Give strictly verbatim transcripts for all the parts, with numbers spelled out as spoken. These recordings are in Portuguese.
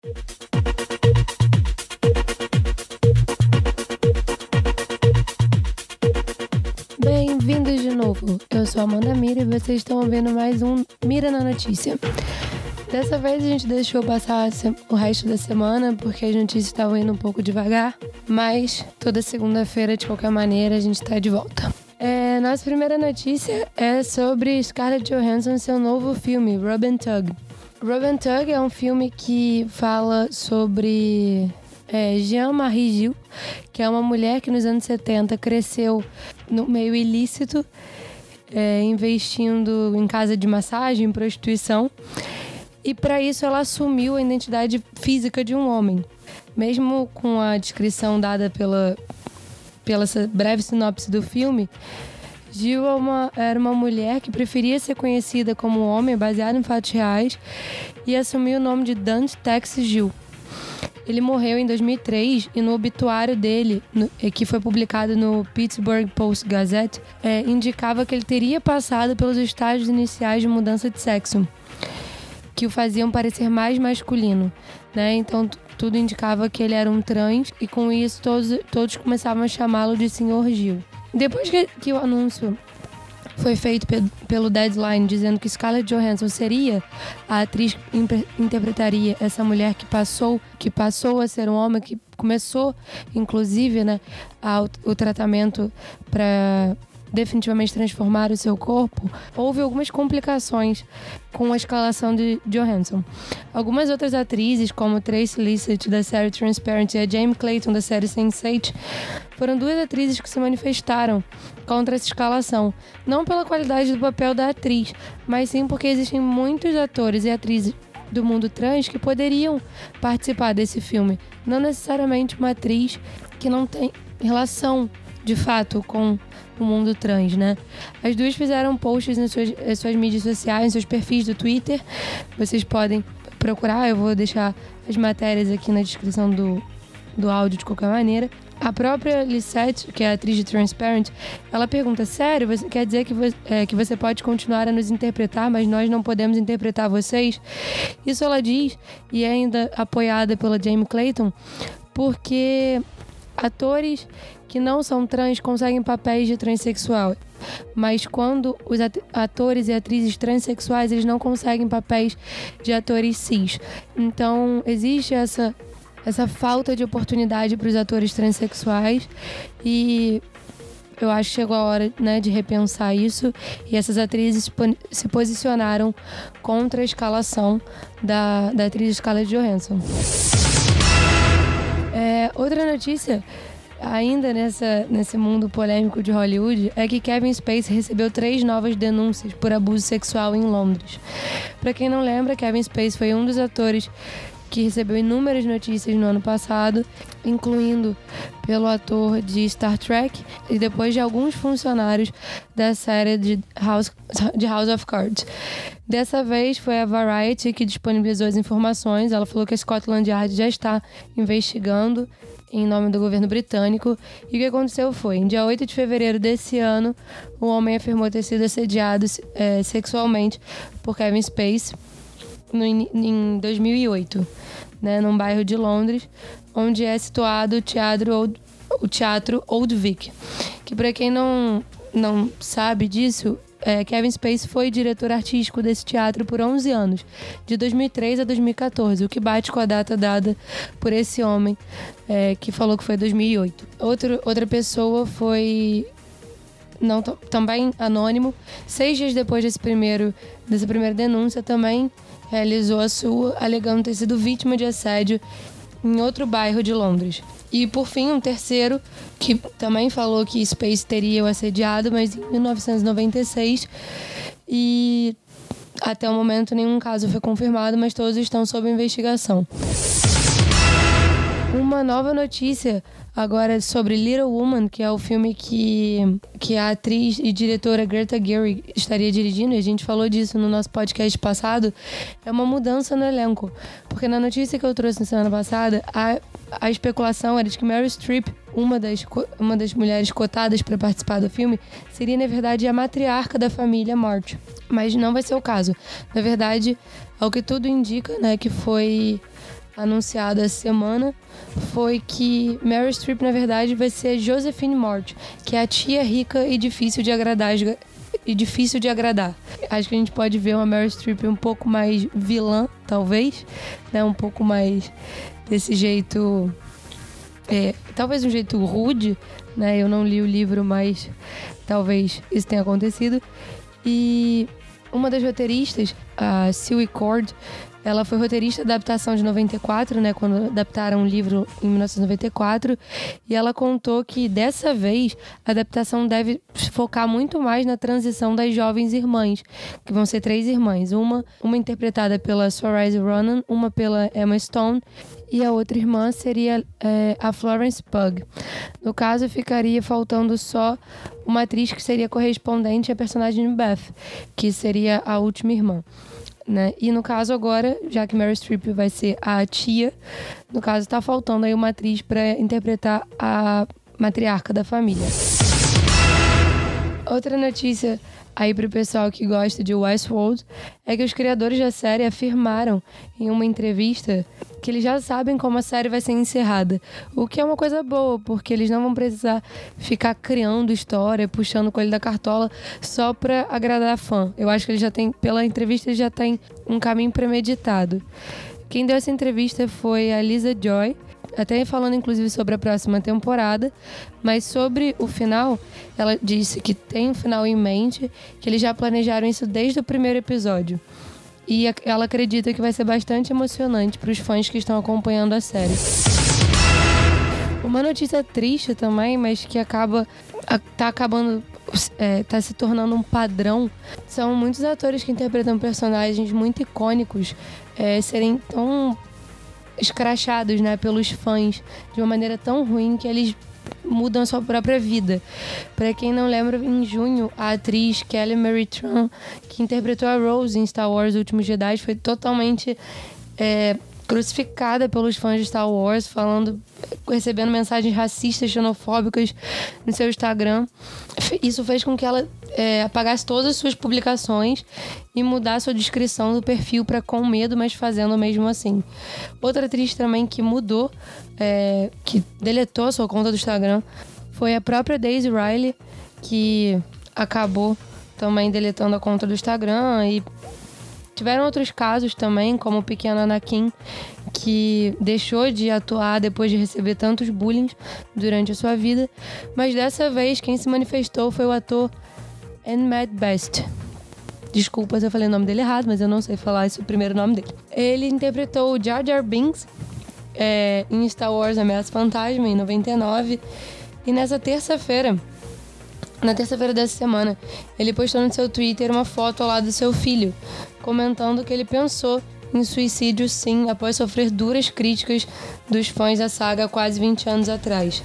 Bem-vindos de novo. Eu sou a Amanda Mira e vocês estão ouvindo mais um Mira na Notícia. Dessa vez a gente deixou passar o resto da semana porque as notícias estavam indo um pouco devagar, mas toda segunda-feira, de qualquer maneira, a gente está de volta. É, nossa primeira notícia é sobre Scarlett Johansson e seu novo filme, Rub and Tug. Rub and Tug é um filme que fala sobre é, Jean-Marie Gil, que é uma mulher que nos anos setenta cresceu no meio ilícito, é, investindo em casa de massagem, em prostituição. E para isso ela assumiu a identidade física de um homem. Mesmo com a descrição dada pela, pela essa breve sinopse do filme, Gil é uma, era uma mulher que preferia ser conhecida como um homem baseado em fatos reais e assumiu o nome de Dante Texas Gil. Ele morreu em dois mil e três e no obituário dele, no, que foi publicado no Pittsburgh Post-Gazette, é, indicava que ele teria passado pelos estágios iniciais de mudança de sexo, que o faziam parecer mais masculino, né? Então t- tudo indicava que ele era um trans e com isso todos, todos começavam a chamá-lo de senhor Gil. Depois que, que o anúncio foi feito pe- pelo Deadline dizendo que Scarlett Johansson seria a atriz que imp- interpretaria essa mulher que passou, que passou a ser um homem, que começou, inclusive, né, a, o tratamento para definitivamente transformar o seu corpo, houve algumas complicações com a escalação de Johansson. Algumas outras atrizes, como Tracy Lissett, da série Transparent, e a Jamie Clayton, da série sense eight, foram duas atrizes que se manifestaram contra essa escalação, não pela qualidade do papel da atriz, mas sim porque existem muitos atores e atrizes do mundo trans que poderiam participar desse filme, não necessariamente uma atriz que não tem relação de fato com o mundo trans, né? As duas fizeram posts nas suas, nas suas mídias sociais, nos seus perfis do Twitter. Vocês podem procurar, eu vou deixar as matérias aqui na descrição do, do áudio de qualquer maneira. A própria Lissette, que é a atriz de Transparent, ela pergunta: sério, você quer dizer que você, é, que você pode continuar a nos interpretar, mas nós não podemos interpretar vocês? Isso ela diz, e é ainda apoiada pela Jamie Clayton, porque atores que não são trans conseguem papéis de transexual, mas quando os atores e atrizes transexuais, eles não conseguem papéis de atores cis. Então existe essa, essa falta de oportunidade para os atores transexuais e eu acho que chegou a hora, né, de repensar isso, e essas atrizes se posicionaram contra a escalação da, da atriz Scarlett Johansson. É, outra notícia, ainda nessa, nesse mundo polêmico de Hollywood, é que Kevin Spacey recebeu três novas denúncias por abuso sexual em Londres. Para quem não lembra, Kevin Spacey foi um dos atores que recebeu inúmeras notícias no ano passado, incluindo pelo ator de Star Trek e depois de alguns funcionários da série de House, de House of Cards. Dessa vez foi a Variety que disponibilizou as informações. Ela falou que a Scotland Yard já está investigando em nome do governo britânico. E o que aconteceu foi, em dia oito de fevereiro desse ano, o homem afirmou ter sido assediado é, sexualmente por Kevin Spacey no, em dois mil e oito, né, num bairro de Londres, onde é situado o Teatro Old, o Teatro Old Vic. Que, para quem não, não sabe disso, é, Kevin Spacey foi diretor artístico desse teatro por onze anos, de dois mil e três a dois mil e catorze, o que bate com a data dada por esse homem, é, que falou que foi dois mil e oito. Outro, outra pessoa foi, não, t- também anônimo, seis dias depois desse primeiro, dessa primeira denúncia, também realizou a sua, alegando ter sido vítima de assédio em outro bairro de Londres. E, por fim, um terceiro, que também falou que Spacey teria o assediado, mas em mil novecentos e noventa e seis. E até o momento nenhum caso foi confirmado, mas todos estão sob investigação. Uma nova notícia agora sobre Little Woman, que é o filme que, que a atriz e diretora Greta Gerwig estaria dirigindo, e a gente falou disso no nosso podcast passado. É uma mudança no elenco, porque na notícia que eu trouxe na semana passada, a, a especulação era de que Meryl Streep, uma das, uma das mulheres cotadas para participar do filme, seria, na verdade, a matriarca da família March. Mas não vai ser o caso. Na verdade, ao que tudo indica, né, que foi anunciado essa semana foi que Meryl Streep, na verdade, vai ser Josephine Mort, que é a tia rica e difícil de agradar e difícil de agradar. Acho que a gente pode ver uma Meryl Streep um pouco mais vilã, talvez, né? Um pouco mais desse jeito, é, talvez um jeito rude, né? Eu não li o livro, mas talvez isso tenha acontecido. E uma das roteiristas, a Sylvie Cord, ela foi roteirista da adaptação de noventa e quatro, né, quando adaptaram o livro em mil novecentos e noventa e quatro, e ela contou que dessa vez a adaptação deve focar muito mais na transição das jovens irmãs, que vão ser três irmãs, uma, uma interpretada pela Saoirse Ronan, uma pela Emma Stone, e a outra irmã seria é, a Florence Pugh. No caso, ficaria faltando só uma atriz que seria correspondente à personagem de Beth, que seria a última irmã. Né? E no caso agora, já que Meryl Streep vai ser a tia, no caso tá faltando aí uma atriz para interpretar a matriarca da família. Outra notícia aí pro pessoal que gosta de Westworld é que os criadores da série afirmaram em uma entrevista que eles já sabem como a série vai ser encerrada, o que é uma coisa boa, porque eles não vão precisar ficar criando história, puxando o coelho da cartola só pra agradar a fã. Eu acho que eles já têm, pela entrevista, eles já têm um caminho premeditado. Quem deu essa entrevista foi a Lisa Joy, até falando inclusive sobre a próxima temporada, mas sobre o final, ela disse que tem um final em mente, que eles já planejaram isso desde o primeiro episódio. E ela acredita que vai ser bastante emocionante para os fãs que estão acompanhando a série. Uma notícia triste também, mas que acaba tá acabando, é, tá se tornando um padrão, são muitos atores que interpretam personagens muito icônicos é, serem tão escrachados, né, pelos fãs de uma maneira tão ruim que eles mudam a sua própria vida. Para quem não lembra, em junho, a atriz Kelly Marie Tran, que interpretou a Rose em Star Wars: O Último Jedi, foi totalmente é, crucificada pelos fãs de Star Wars, falando, recebendo mensagens racistas, xenofóbicas no seu Instagram. Isso fez com que ela é, apagasse todas as suas publicações e mudasse a descrição do perfil para com medo, mas fazendo mesmo assim. Outra atriz também que mudou, é, que deletou a sua conta do Instagram, foi a própria Daisy Ridley, que acabou também deletando a conta do Instagram. E tiveram outros casos também, como o pequeno Anakin, que deixou de atuar depois de receber tantos bullying durante a sua vida. Mas dessa vez, quem se manifestou foi o ator Ahmed Best. Desculpa se eu falei o nome dele errado, mas eu não sei falar esse é o primeiro nome dele. Ele interpretou o Jar Jar Binks é, em Star Wars: Ameaça Fantasma, em noventa e nove. E nessa terça-feira, na terça-feira dessa semana, ele postou no seu Twitter uma foto ao lado do seu filho, comentando que ele pensou em suicídio sim, após sofrer duras críticas dos fãs da saga há quase vinte anos atrás.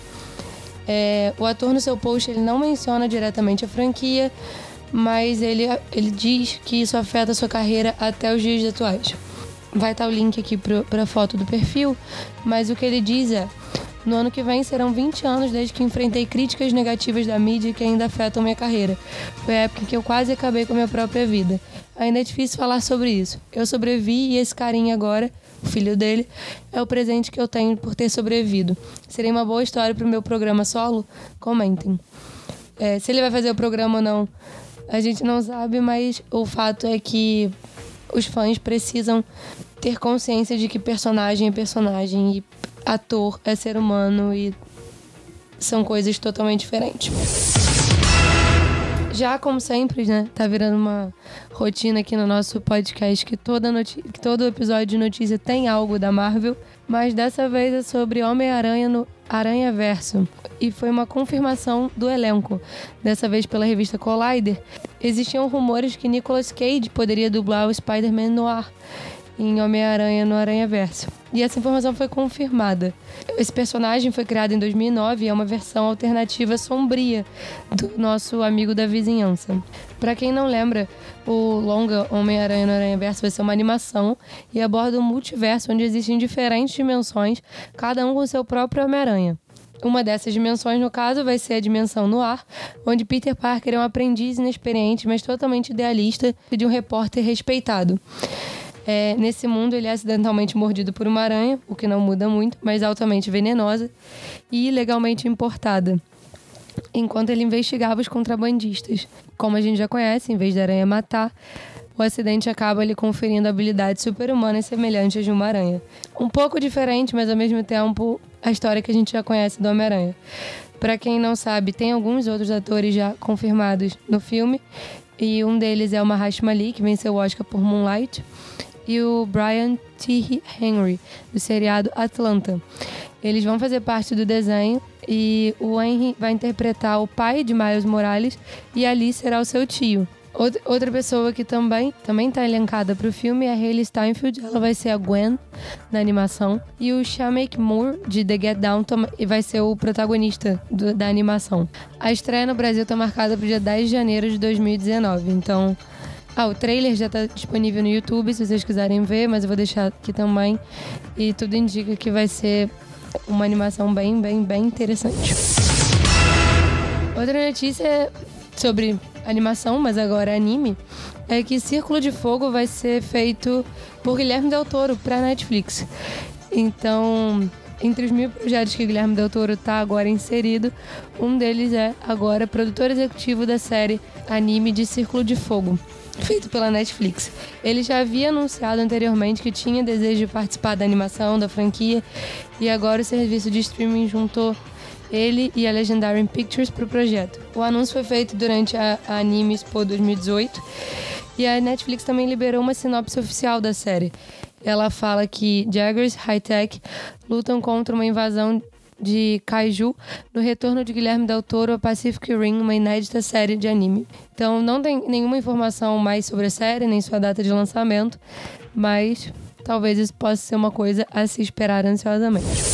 É, o ator, no seu post, ele não menciona diretamente a franquia, mas ele, ele diz que isso afeta a sua carreira até os dias atuais. Vai estar o link aqui para a foto do perfil, mas o que ele diz é: no ano que vem serão vinte anos desde que enfrentei críticas negativas da mídia que ainda afetam minha carreira. Foi a época em que eu quase acabei com a minha própria vida. Ainda é difícil falar sobre isso. Eu sobrevivi e esse carinha agora, o filho dele, é o presente que eu tenho por ter sobrevivido. Seria uma boa história para o meu programa solo? Comentem. É, se ele vai fazer o programa ou não, a gente não sabe, mas o fato é que os fãs precisam ter consciência de que personagem é personagem e ator é ser humano e são coisas totalmente diferentes. Já, como sempre, né, tá virando uma rotina aqui no nosso podcast que, toda noti- que todo episódio de notícia tem algo da Marvel, mas dessa vez é sobre Homem-Aranha no Aranhaverso. E foi uma confirmação do elenco, dessa vez pela revista Collider. Existiam rumores que Nicolas Cage poderia dublar o Spider-Man Noir em Homem-Aranha no Aranhaverso. E essa informação foi confirmada. Esse personagem foi criado em dois mil e nove e é uma versão alternativa sombria do nosso amigo da vizinhança. Para quem não lembra, o longa Homem-Aranha no Aranhaverso vai ser uma animação e aborda um multiverso onde existem diferentes dimensões, cada um com seu próprio Homem-Aranha. Uma dessas dimensões, no caso, vai ser a dimensão Noir, onde Peter Parker é um aprendiz inexperiente, mas totalmente idealista, de um repórter respeitado. É, nesse mundo, ele é acidentalmente mordido por uma aranha, o que não muda muito, mas altamente venenosa e ilegalmente importada, enquanto ele investigava os contrabandistas. Como a gente já conhece, em vez da aranha matar, o acidente acaba lhe conferindo habilidades super-humanas semelhantes de uma aranha. Um pouco diferente, mas ao mesmo tempo a história que a gente já conhece do Homem-Aranha. Pra quem não sabe, tem alguns outros atores já confirmados no filme, e um deles é o Mahershala Ali, que venceu o Oscar por Moonlight, e o Brian T. Henry, do seriado Atlanta. Eles vão fazer parte do desenho e o Henry vai interpretar o pai de Miles Morales e Ali será o seu tio. Outra pessoa que também também está elencada para o filme é a Hailee Steinfeld. Ela vai ser a Gwen na animação. E o Shameik Moore, de The Get Down, vai ser o protagonista do, da animação. A estreia no Brasil está marcada para o dia dez de janeiro de dois mil e dezenove. Então, ah, o trailer já está disponível no YouTube, se vocês quiserem ver, mas eu vou deixar aqui também. E tudo indica que vai ser uma animação bem, bem, bem interessante. Outra notícia sobre animação, mas agora anime, é que Círculo de Fogo vai ser feito por Guilherme Del Toro para Netflix. Então, entre os mil projetos que Guilherme Del Toro está agora inserido, um deles é agora produtor executivo da série anime de Círculo de Fogo, feito pela Netflix. Ele já havia anunciado anteriormente que tinha desejo de participar da animação da franquia, e agora o serviço de streaming juntou ele e a Legendary Pictures para o projeto. O anúncio foi feito durante a, a Anime Expo dois mil e dezoito, e a Netflix também liberou uma sinopse oficial da série. Ela fala que Jaggers High-Tech lutam contra uma invasão de kaiju no retorno de Guilherme Del Toro a Pacific Rim, uma inédita série de anime. Então não tem nenhuma informação mais sobre a série, nem sua data de lançamento, mas talvez isso possa ser uma coisa a se esperar ansiosamente.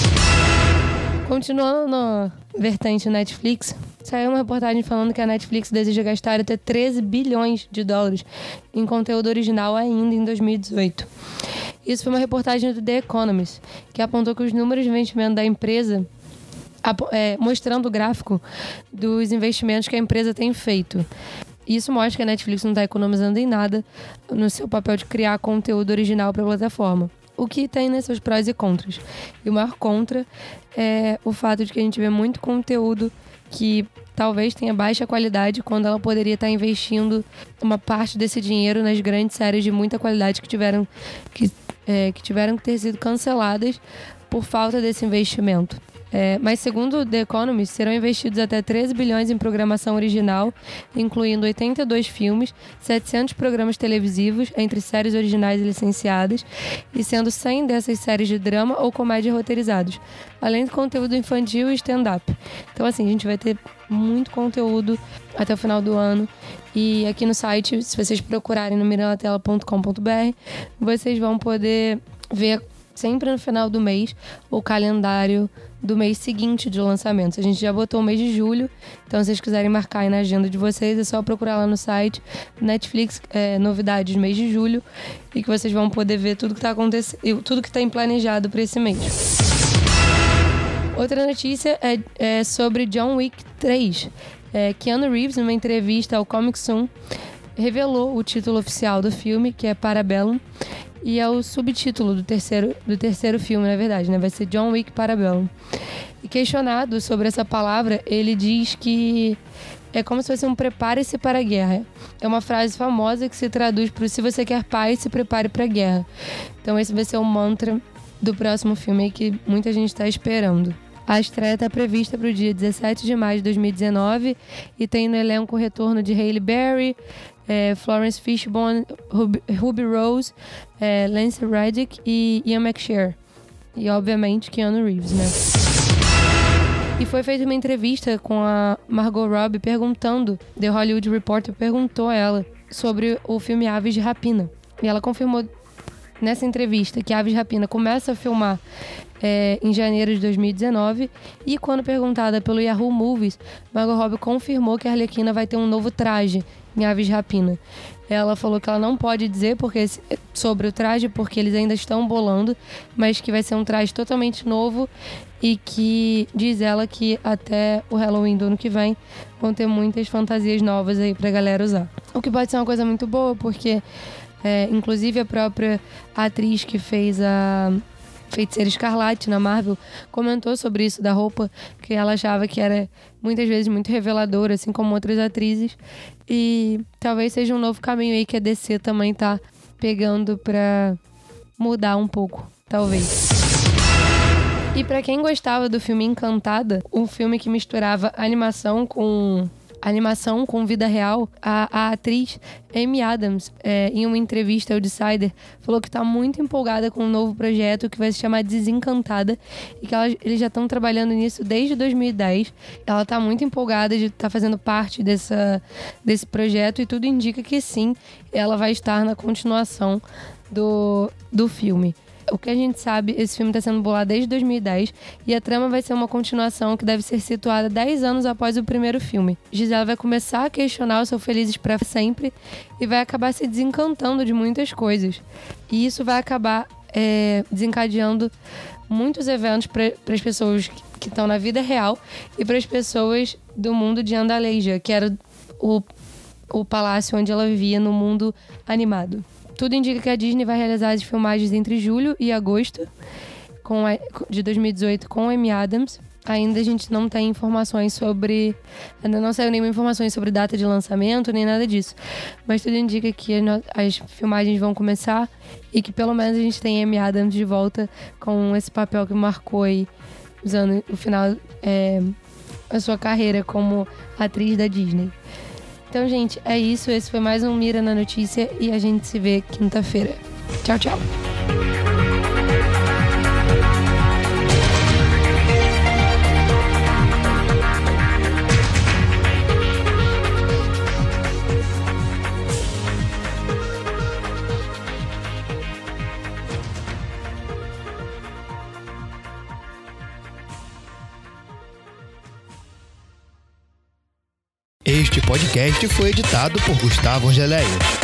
Continuando na vertente Netflix, saiu uma reportagem falando que a Netflix deseja gastar até treze bilhões de dólares em conteúdo original ainda em dois mil e dezoito. Isso foi uma reportagem do The Economist, que apontou que os números de investimento da empresa, é, mostrando o gráfico dos investimentos que a empresa tem feito. Isso mostra que a Netflix não está economizando em nada no seu papel de criar conteúdo original para a plataforma. O que tem, né, seus prós e contras. E o maior contra é o fato de que a gente vê muito conteúdo que talvez tenha baixa qualidade, quando ela poderia estar investindo uma parte desse dinheiro nas grandes séries de muita qualidade que tiveram que, é, que tiveram que ter sido canceladas por falta desse investimento. É, mas segundo The Economist, serão investidos até treze bilhões em programação original, incluindo oitenta e dois filmes, setecentos programas televisivos, entre séries originais e licenciadas, e sendo cem dessas séries de drama ou comédia roteirizados, além do conteúdo infantil e stand-up. Então, assim, a gente vai ter muito conteúdo até o final do ano. E aqui no site, se vocês procurarem no miranatela ponto com ponto b r, vocês vão poder ver sempre no final do mês o calendário do mês seguinte de lançamentos. A gente já botou o mês de julho, então se vocês quiserem marcar aí na agenda de vocês, é só procurar lá no site Netflix, é, novidades do mês de julho, e que vocês vão poder ver tudo que está acontecendo, tudo que está planejado para esse mês. Outra notícia é, é sobre John Wick três. É, Keanu Reeves, numa entrevista ao Comic Soon, revelou o título oficial do filme, que é Parabellum, e é o subtítulo do terceiro, do terceiro filme, na verdade, né? Vai ser John Wick Parabellum. E questionado sobre essa palavra, ele diz que é como se fosse um prepare-se para a guerra. É uma frase famosa que se traduz por se você quer paz, se prepare para a guerra. Então esse vai ser o mantra do próximo filme aí que muita gente está esperando. A estreia está prevista para o dia dezessete de maio de dois mil e dezenove e tem no elenco o retorno de Halle Berry, é, Florence Fishburne, Ruby, Ruby Rose, é, Lance Reddick e Ian McShane. E, obviamente, Keanu Reeves, né? E foi feita uma entrevista com a Margot Robbie perguntando, The Hollywood Reporter perguntou a ela sobre o filme Aves de Rapina. E ela confirmou nessa entrevista que Aves de Rapina começa a filmar é, em janeiro de dois mil e dezenove, e quando perguntada pelo Yahoo Movies, Margot Robbie confirmou que a Arlequina vai ter um novo traje em Aves de Rapina. Ela falou que ela não pode dizer porque, sobre o traje, porque eles ainda estão bolando, mas que vai ser um traje totalmente novo e que diz ela que até o Halloween do ano que vem vão ter muitas fantasias novas aí pra galera usar. O que pode ser uma coisa muito boa, porque É, inclusive a própria atriz que fez a Feiticeira Escarlate na Marvel comentou sobre isso da roupa, que ela achava que era muitas vezes muito reveladora, assim como outras atrizes. E talvez seja um novo caminho aí que a D C também tá pegando pra mudar um pouco, talvez. E pra quem gostava do filme Encantada, um filme que misturava animação com animação com vida real, a, a atriz Amy Adams, é, em uma entrevista ao Decider, falou que tá muito empolgada com um novo projeto que vai se chamar Desencantada e que ela, eles já estão trabalhando nisso desde dois mil e dez. Ela tá muito empolgada de estar tá fazendo parte dessa, desse projeto e tudo indica que sim, ela vai estar na continuação do, do filme. O que a gente sabe, esse filme está sendo bolado desde dois mil e dez e a trama vai ser uma continuação que deve ser situada dez anos após o primeiro filme. Gisela vai começar a questionar o seu Felizes para Sempre e vai acabar se desencantando de muitas coisas. E isso vai acabar é, desencadeando muitos eventos para as pessoas que estão na vida real e para as pessoas do mundo de Andaleja, que era o, o palácio onde ela vivia no mundo animado. Tudo indica que a Disney vai realizar as filmagens entre julho e agosto com a, de dois mil e dezoito com Amy Adams. Ainda a gente não tem informações sobre... Ainda não saiu nenhuma informações sobre data de lançamento, nem nada disso. Mas tudo indica que as, as filmagens vão começar e que pelo menos a gente tem Amy Adams de volta com esse papel que marcou aí, usando o final, é, a sua carreira como atriz da Disney. Então, gente, é isso. Esse foi mais um Mira na Notícia e a gente se vê quinta-feira. Tchau, tchau. Este podcast foi editado por Gustavo Angeléia.